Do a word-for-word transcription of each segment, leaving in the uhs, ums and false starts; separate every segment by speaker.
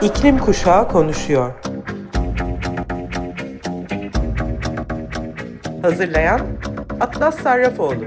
Speaker 1: İklim Kuşağı konuşuyor. Hazırlayan Atlas Sarrafoğlu.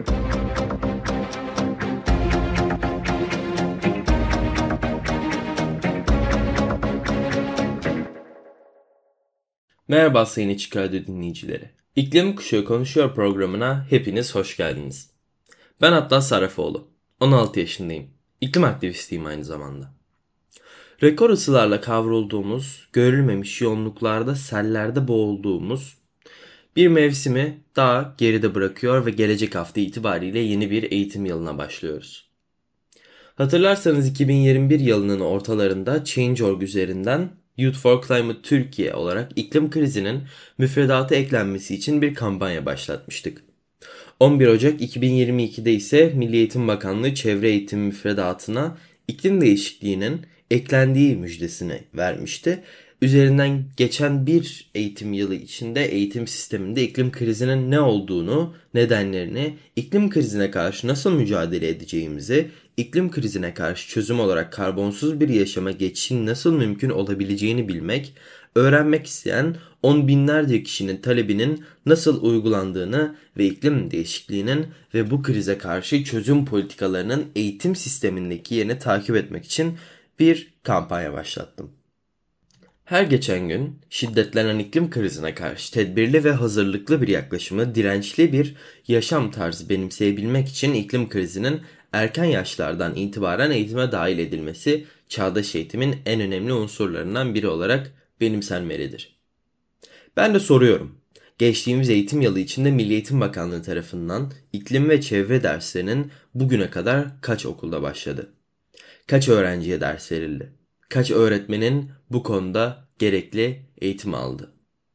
Speaker 2: Merhaba sayın Açık Radyo dinleyicileri. İklim Kuşağı konuşuyor programına hepiniz hoş geldiniz. Ben Atlas Sarrafoğlu. on altı yaşındayım. İklim aktivistiyim aynı zamanda. Rekor ısılarla kavrulduğumuz, görülmemiş yoğunluklarda, sellerde boğulduğumuz bir mevsimi daha geride bırakıyor ve gelecek hafta itibariyle yeni bir eğitim yılına başlıyoruz. Hatırlarsanız iki bin yirmi bir yılının ortalarında Change nokta org üzerinden Youth for Climate Türkiye olarak iklim krizinin müfredata eklenmesi için bir kampanya başlatmıştık. on bir Ocak iki bin yirmi ikide ise Milli Eğitim Bakanlığı çevre eğitim müfredatına iklim değişikliğinin eklendiği müjdesini vermişti. Üzerinden geçen bir eğitim yılı içinde eğitim sisteminde iklim krizinin ne olduğunu, nedenlerini, iklim krizine karşı nasıl mücadele edeceğimizi, iklim krizine karşı çözüm olarak karbonsuz bir yaşama geçişin nasıl mümkün olabileceğini bilmek, öğrenmek isteyen on binlerce kişinin talebinin nasıl uygulandığını ve iklim değişikliğinin ve bu krize karşı çözüm politikalarının eğitim sistemindeki yerini takip etmek için bir kampanya başlattım. Her geçen gün şiddetlenen iklim krizine karşı tedbirli ve hazırlıklı bir yaklaşımı, dirençli bir yaşam tarzı benimseyebilmek için iklim krizinin erken yaşlardan itibaren eğitime dahil edilmesi, çağdaş eğitimin en önemli unsurlarından biri olarak benimsenmelidir. Ben de soruyorum. Geçtiğimiz eğitim yılı içinde Milli Eğitim Bakanlığı tarafından iklim ve çevre derslerinin bugüne kadar kaç okulda başladı? Kaç öğrenciye ders verildi? Kaç öğretmenin bu konuda gerekli eğitim aldı?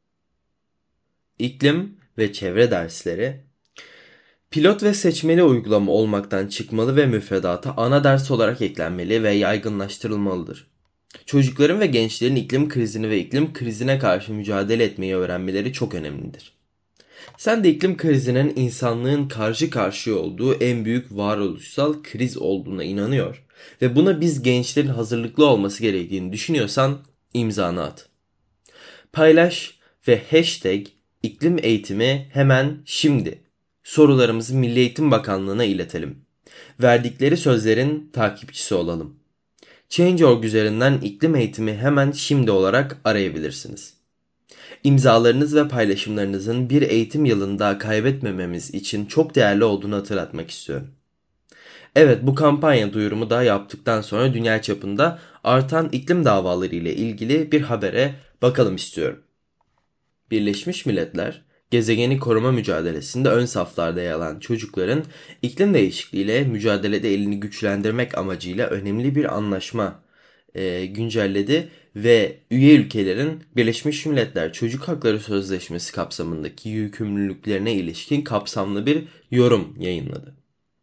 Speaker 2: İklim ve çevre dersleri pilot ve seçmeli uygulama olmaktan çıkmalı ve müfredata ana ders olarak eklenmeli ve yaygınlaştırılmalıdır. Çocukların ve gençlerin iklim krizini ve iklim krizine karşı mücadele etmeyi öğrenmeleri çok önemlidir. Sen de iklim krizinin insanlığın karşı karşıya olduğu en büyük varoluşsal kriz olduğuna inanıyor ve buna biz gençlerin hazırlıklı olması gerektiğini düşünüyorsan imzanı at. Paylaş ve hashtag iklim eğitimi hemen şimdi sorularımızı Milli Eğitim Bakanlığı'na iletelim. Verdikleri sözlerin takipçisi olalım. Change nokta org üzerinden iklim eğitimi hemen şimdi olarak arayabilirsiniz. İmzalarınız ve paylaşımlarınızın bir eğitim yılında kaybetmememiz için çok değerli olduğunu hatırlatmak istiyorum. Evet, bu kampanya duyurumu da yaptıktan sonra dünya çapında artan iklim davaları ile ilgili bir habere bakalım istiyorum. Birleşmiş Milletler, gezegeni koruma mücadelesinde ön saflarda yer alan çocukların iklim değişikliğiyle mücadelede elini güçlendirmek amacıyla önemli bir anlaşma e, güncelledi ve üye ülkelerin Birleşmiş Milletler Çocuk Hakları Sözleşmesi kapsamındaki yükümlülüklerine ilişkin kapsamlı bir yorum yayınladı.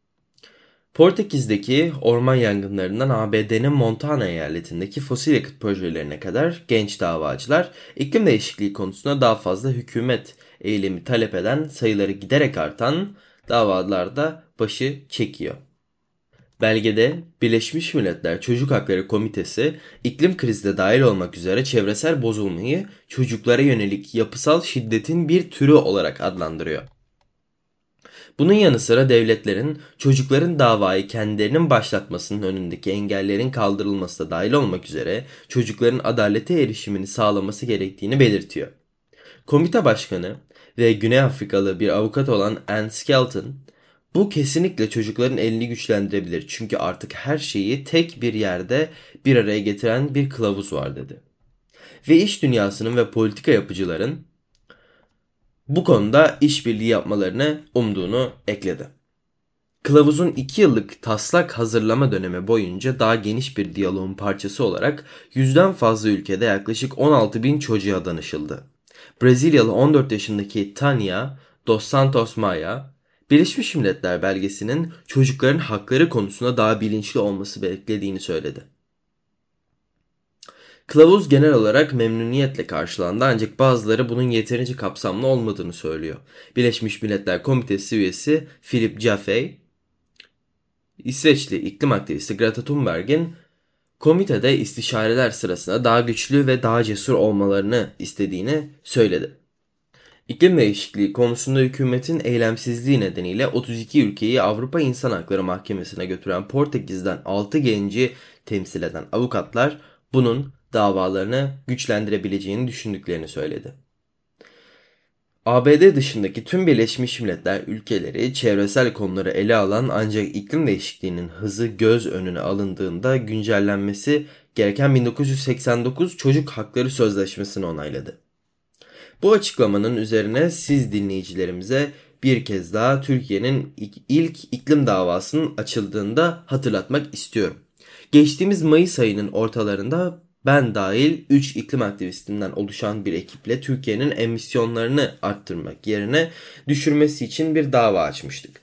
Speaker 2: Portekiz'deki orman yangınlarından A B D'nin Montana eyaletindeki fosil yakıt projelerine kadar genç davacılar iklim değişikliği konusunda daha fazla hükümet eylemi talep eden, sayıları giderek artan davalarda başı çekiyor. Belgede Birleşmiş Milletler Çocuk Hakları Komitesi iklim krizde dahil olmak üzere çevresel bozulmayı çocuklara yönelik yapısal şiddetin bir türü olarak adlandırıyor. Bunun yanı sıra devletlerin çocukların davayı kendilerinin başlatmasının önündeki engellerin kaldırılması da dahil olmak üzere çocukların adalete erişimini sağlaması gerektiğini belirtiyor. Komite başkanı ve Güney Afrikalı bir avukat olan Anne Skelton, bu kesinlikle çocukların elini güçlendirebilir çünkü artık her şeyi tek bir yerde bir araya getiren bir kılavuz var dedi. Ve iş dünyasının ve politika yapıcıların bu konuda işbirliği yapmalarını umduğunu ekledi. Kılavuzun iki yıllık taslak hazırlama dönemi boyunca daha geniş bir diyaloğun parçası olarak yüzden fazla ülkede yaklaşık on altı bin çocuğa danışıldı. Brezilyalı on dört yaşındaki Tania dos Santos Maia, Birleşmiş Milletler belgesinin çocukların hakları konusunda daha bilinçli olması beklediğini söyledi. Kılavuz genel olarak memnuniyetle karşılandı ancak bazıları bunun yeterince kapsamlı olmadığını söylüyor. Birleşmiş Milletler Komitesi üyesi Philip Jaffe, İsveçli iklim aktivisti Greta Thunberg'in Komitede istişareler sırasında daha güçlü ve daha cesur olmalarını istediğini söyledi. İklim değişikliği konusunda hükümetin eylemsizliği nedeniyle otuz iki ülkeyi Avrupa İnsan Hakları Mahkemesi'ne götüren Portekiz'den altı genci temsil eden avukatlar bunun davalarını güçlendirebileceğini düşündüklerini söyledi. A B D dışındaki tüm Birleşmiş Milletler ülkeleri çevresel konuları ele alan ancak iklim değişikliğinin hızı göz önüne alındığında güncellenmesi gereken bin dokuz yüz seksen dokuz Çocuk Hakları Sözleşmesi'ni onayladı. Bu açıklamanın üzerine siz dinleyicilerimize bir kez daha Türkiye'nin ilk iklim davasının açıldığında hatırlatmak istiyorum. Geçtiğimiz Mayıs ayının ortalarında ben dahil üç iklim aktivistinden oluşan bir ekiple Türkiye'nin emisyonlarını arttırmak yerine düşürmesi için bir dava açmıştık.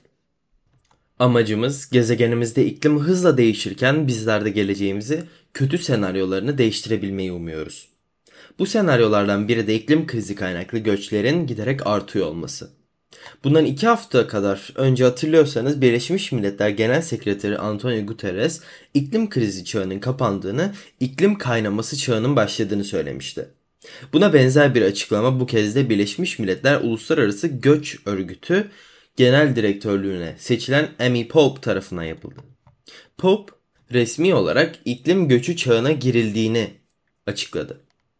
Speaker 2: Amacımız gezegenimizde iklim hızla değişirken bizler de geleceğimizi kötü senaryolarını değiştirebilmeyi umuyoruz. Bu senaryolardan biri de iklim krizi kaynaklı göçlerin giderek artıyor olması. Bundan iki hafta kadar önce hatırlıyorsanız Birleşmiş Milletler Genel Sekreteri Antonio Guterres iklim krizi çağının kapandığını, iklim kaynaması çağının başladığını söylemişti. Buna benzer bir açıklama bu kez de Birleşmiş Milletler Uluslararası Göç Örgütü Genel Direktörlüğüne seçilen Amy Pope tarafından yapıldı. Pope resmi olarak iklim göçü çağına girildiğini açıkladı.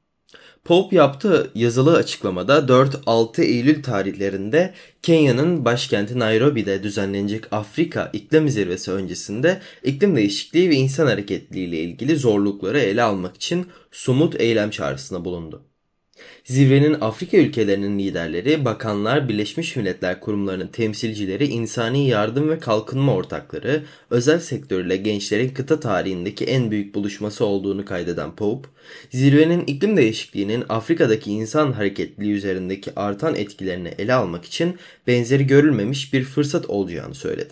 Speaker 2: Pope yaptığı yazılı açıklamada dört altı Eylül tarihlerinde Kenya'nın başkenti Nairobi'de düzenlenecek Afrika İklim Zirvesi öncesinde iklim değişikliği ve insan hareketliği ile ilgili zorlukları ele almak için somut eylem çağrısında bulundu. Zirvenin Afrika ülkelerinin liderleri, bakanlar, Birleşmiş Milletler kurumlarının temsilcileri, insani yardım ve kalkınma ortakları, özel sektör ile gençlerin kıta tarihindeki en büyük buluşması olduğunu kaydeden Pope, zirvenin iklim değişikliğinin Afrika'daki insan hareketliliği üzerindeki artan etkilerini ele almak için benzeri görülmemiş bir fırsat olacağını söyledi.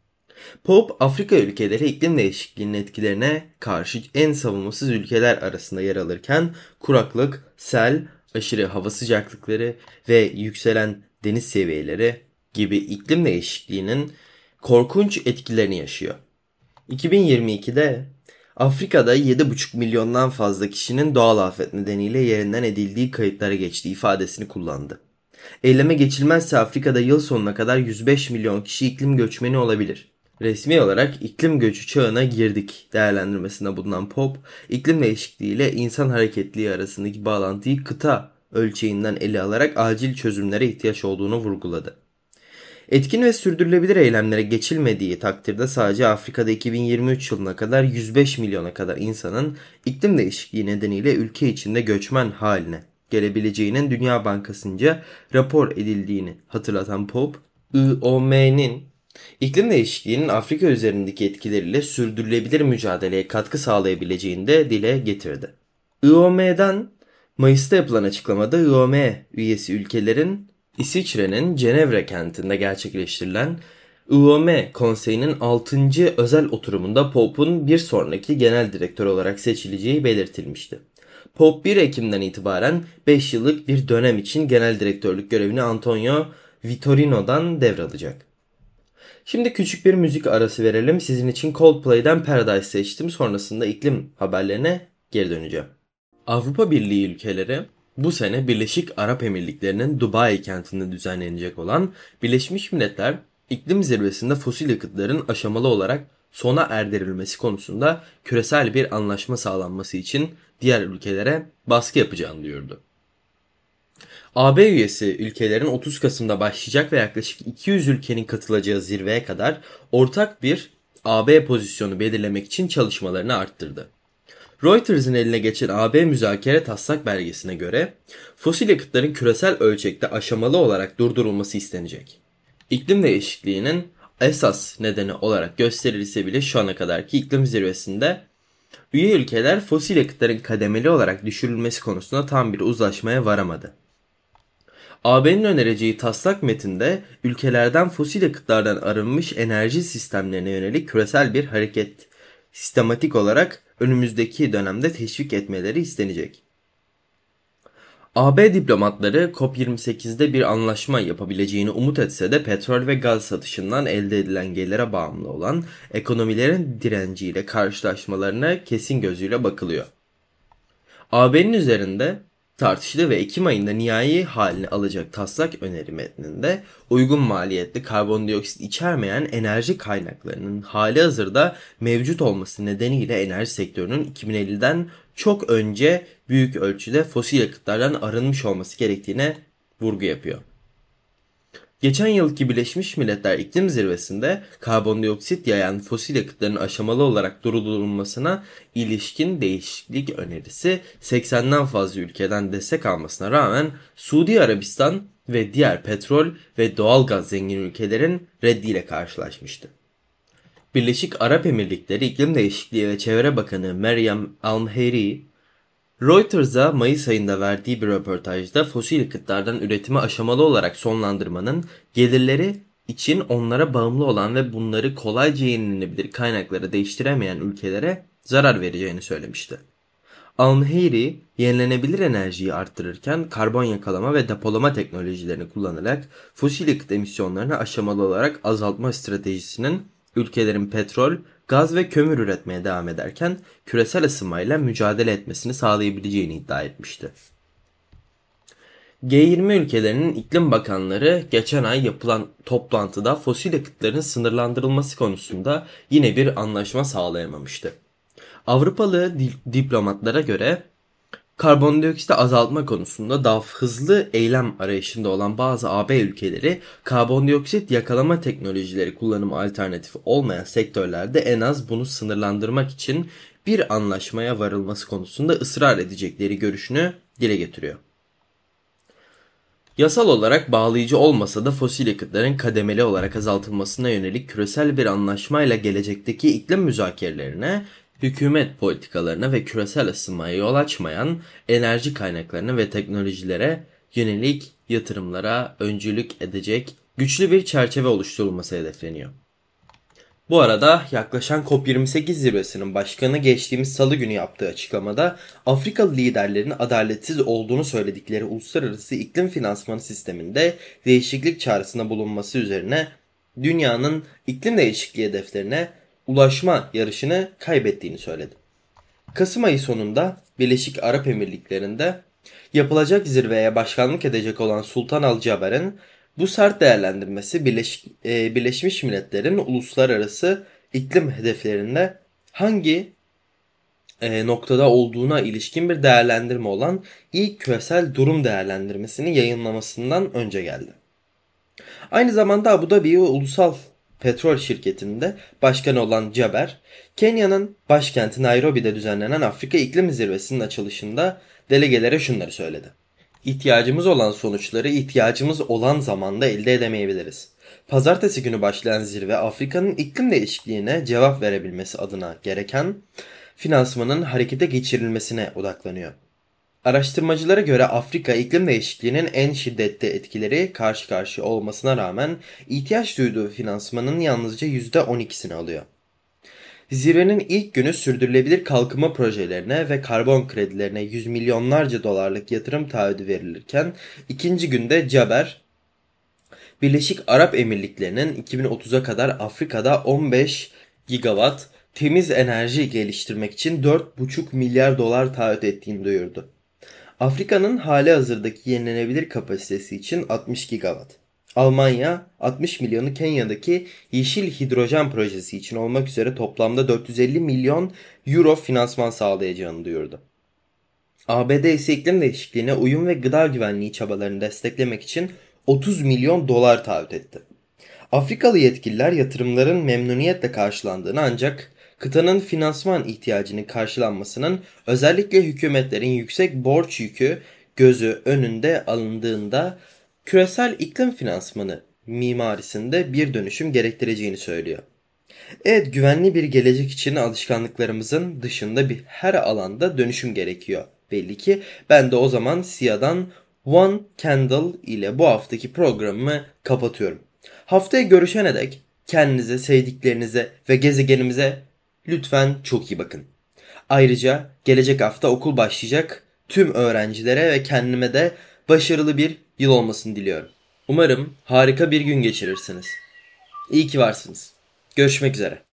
Speaker 2: Pope, Afrika ülkeleri iklim değişikliğinin etkilerine karşı en savunmasız ülkeler arasında yer alırken kuraklık, sel, aşırı hava sıcaklıkları ve yükselen deniz seviyeleri gibi iklim değişikliğinin korkunç etkilerini yaşıyor. iki bin yirmi ikide Afrika'da yedi buçuk milyondan fazla kişinin doğal afet nedeniyle yerinden edildiği kayıtlara geçtiği ifadesini kullandı. Eyleme geçilmezse Afrika'da yıl sonuna kadar yüz beş milyon kişi iklim göçmeni olabilir. Resmi olarak iklim göçü çağına girdik değerlendirmesinde bulunan Pope, iklim değişikliği ile insan hareketliği arasındaki bağlantıyı kıta ölçeğinden ele alarak acil çözümlere ihtiyaç olduğunu vurguladı. Etkin ve sürdürülebilir eylemlere geçilmediği takdirde sadece Afrika'da iki bin yirmi üç yılına kadar yüz beş milyona kadar insanın iklim değişikliği nedeniyle ülke içinde göçmen haline gelebileceğinin Dünya Bankası'nca rapor edildiğini hatırlatan Pope, I O M'nin İklim değişikliğinin Afrika üzerindeki etkileriyle sürdürülebilir mücadeleye katkı sağlayabileceğini de dile getirdi. I O M'den Mayıs'ta yapılan açıklamada I O M üyesi ülkelerin İsviçre'nin Cenevre kentinde gerçekleştirilen I O M Konseyi'nin altıncı özel oturumunda Pope'un bir sonraki genel direktör olarak seçileceği belirtilmişti. Pope bir Ekim'den itibaren beş yıllık bir dönem için genel direktörlük görevini Antonio Vitorino'dan devralacak. Şimdi küçük bir müzik arası verelim. Sizin için Coldplay'den Paradise seçtim. Sonrasında iklim haberlerine geri döneceğim. Avrupa Birliği ülkeleri bu sene Birleşik Arap Emirlikleri'nin Dubai kentinde düzenlenecek olan Birleşmiş Milletler İklim Zirvesi'nde fosil yakıtların aşamalı olarak sona erdirilmesi konusunda küresel bir anlaşma sağlanması için diğer ülkelere baskı yapacağını duyurdu. A B üyesi ülkelerin otuz Kasım'da başlayacak ve yaklaşık iki yüz ülkenin katılacağı zirveye kadar ortak bir A B pozisyonu belirlemek için çalışmalarını arttırdı. Reuters'ın eline geçen A B müzakere taslak belgesine göre fosil yakıtların küresel ölçekte aşamalı olarak durdurulması istenecek. İklim değişikliğinin esas nedeni olarak gösterilse bile şu ana kadarki iklim zirvesinde üye ülkeler fosil yakıtların kademeli olarak düşürülmesi konusunda tam bir uzlaşmaya varamadı. A B'nin önereceği taslak metinde ülkelerden fosil yakıtlardan arınmış enerji sistemlerine yönelik küresel bir hareket sistematik olarak önümüzdeki dönemde teşvik etmeleri istenecek. A B diplomatları COP yirmi sekizde bir anlaşma yapabileceğini umut etse de petrol ve gaz satışından elde edilen gelire bağımlı olan ekonomilerin direnciyle karşılaşmalarına kesin gözüyle bakılıyor. A B'nin üzerinde tartıştığı ve Ekim ayında nihai halini alacak taslak öneri metninde uygun maliyetli karbondioksit içermeyen enerji kaynaklarının hali hazırda mevcut olması nedeniyle enerji sektörünün iki bin elliden çok önce büyük ölçüde fosil yakıtlardan arınmış olması gerektiğine vurgu yapıyor. Geçen yılki Birleşmiş Milletler İklim Zirvesi'nde karbondioksit yayan fosil yakıtların aşamalı olarak durdurulmasına ilişkin değişiklik önerisi seksenden fazla ülkeden destek almasına rağmen Suudi Arabistan ve diğer petrol ve doğalgaz zengin ülkelerin reddiyle karşılaşmıştı. Birleşik Arap Emirlikleri İklim Değişikliği ve Çevre Bakanı Meryem Almheri, Reuters'a Mayıs ayında verdiği bir röportajda fosil yakıtlardan üretimi aşamalı olarak sonlandırmanın gelirleri için onlara bağımlı olan ve bunları kolayca yenilenebilir kaynaklara değiştiremeyen ülkelere zarar vereceğini söylemişti. Almhiri, yenilenebilir enerjiyi arttırırken karbon yakalama ve depolama teknolojilerini kullanarak fosil yakıt emisyonlarını aşamalı olarak azaltma stratejisinin ülkelerin petrol, gaz ve kömür üretmeye devam ederken küresel ısınmayla mücadele etmesini sağlayabileceğini iddia etmişti. G yirmi ülkelerinin iklim bakanları geçen ay yapılan toplantıda fosil yakıtların sınırlandırılması konusunda yine bir anlaşma sağlayamamıştı. Avrupalı diplomatlara göre karbondioksiti azaltma konusunda daha hızlı eylem arayışında olan bazı A B ülkeleri karbondioksit yakalama teknolojileri kullanımı alternatifi olmayan sektörlerde en az bunu sınırlandırmak için bir anlaşmaya varılması konusunda ısrar edecekleri görüşünü dile getiriyor. Yasal olarak bağlayıcı olmasa da fosil yakıtların kademeli olarak azaltılmasına yönelik küresel bir anlaşmayla gelecekteki iklim müzakerelerine, hükümet politikalarına ve küresel ısınmaya yol açmayan enerji kaynaklarına ve teknolojilere yönelik yatırımlara öncülük edecek güçlü bir çerçeve oluşturulması hedefleniyor. Bu arada yaklaşan COP yirmi sekiz zirvesinin başkanı geçtiğimiz salı günü yaptığı açıklamada Afrikalı liderlerin adaletsiz olduğunu söyledikleri uluslararası iklim finansmanı sisteminde değişiklik çağrısında bulunması üzerine dünyanın iklim değişikliği hedeflerine ulaşma yarışını kaybettiğini söyledi. Kasım ayı sonunda Birleşik Arap Emirlikleri'nde yapılacak zirveye başkanlık edecek olan Sultan Al Jaber'in bu sert değerlendirmesi Birleş, e, Birleşmiş Milletler'in uluslararası iklim hedeflerinde hangi e, noktada olduğuna ilişkin bir değerlendirme olan ilk küresel durum değerlendirmesini yayınlamasından önce geldi. Aynı zamanda Abu Dhabi Ulusal Petrol Şirketi'nde başkanı olan Jaber, Kenya'nın başkenti Nairobi'de düzenlenen Afrika İklim Zirvesi'nin açılışında delegelere şunları söyledi. İhtiyacımız olan sonuçları ihtiyacımız olan zamanda elde edemeyebiliriz. Pazartesi günü başlayan zirve Afrika'nın iklim değişikliğine cevap verebilmesi adına gereken finansmanın harekete geçirilmesine odaklanıyor. Araştırmacılara göre Afrika iklim değişikliğinin en şiddetli etkileri karşı karşıya olmasına rağmen ihtiyaç duyduğu finansmanın yalnızca yüzde on ikisini alıyor. Zirvenin ilk günü sürdürülebilir kalkınma projelerine ve karbon kredilerine yüz milyonlarca dolarlık yatırım taahhüdü verilirken ikinci günde Jaber, Birleşik Arap Emirlikleri'nin iki bin otuza kadar Afrika'da on beş gigawatt temiz enerji geliştirmek için dört buçuk milyar dolar taahhüt ettiğini duyurdu. Afrika'nın hali hazırdaki yenilenebilir kapasitesi için altmış gigawatt. Almanya altmış milyonu Kenya'daki yeşil hidrojen projesi için olmak üzere toplamda dört yüz elli milyon euro finansman sağlayacağını duyurdu. A B D ise iklim değişikliğine uyum ve gıda güvenliği çabalarını desteklemek için otuz milyon dolar taahhüt etti. Afrikalı yetkililer yatırımların memnuniyetle karşılandığını ancak kıtanın finansman ihtiyacının karşılanmasının özellikle hükümetlerin yüksek borç yükü gözü önünde alındığında küresel iklim finansmanı mimarisinde bir dönüşüm gerektireceğini söylüyor. Evet, güvenli bir gelecek için alışkanlıklarımızın dışında bir her alanda dönüşüm gerekiyor. Belli ki ben de o zaman S İ A'dan One Candle ile bu haftaki programımı kapatıyorum. Haftaya görüşene dek kendinize, sevdiklerinize ve gezegenimize lütfen çok iyi bakın. Ayrıca gelecek hafta okul başlayacak. tüm öğrencilere ve kendime de başarılı bir yıl olmasını diliyorum. Umarım harika bir gün geçirirsiniz. İyi ki varsınız. Görüşmek üzere.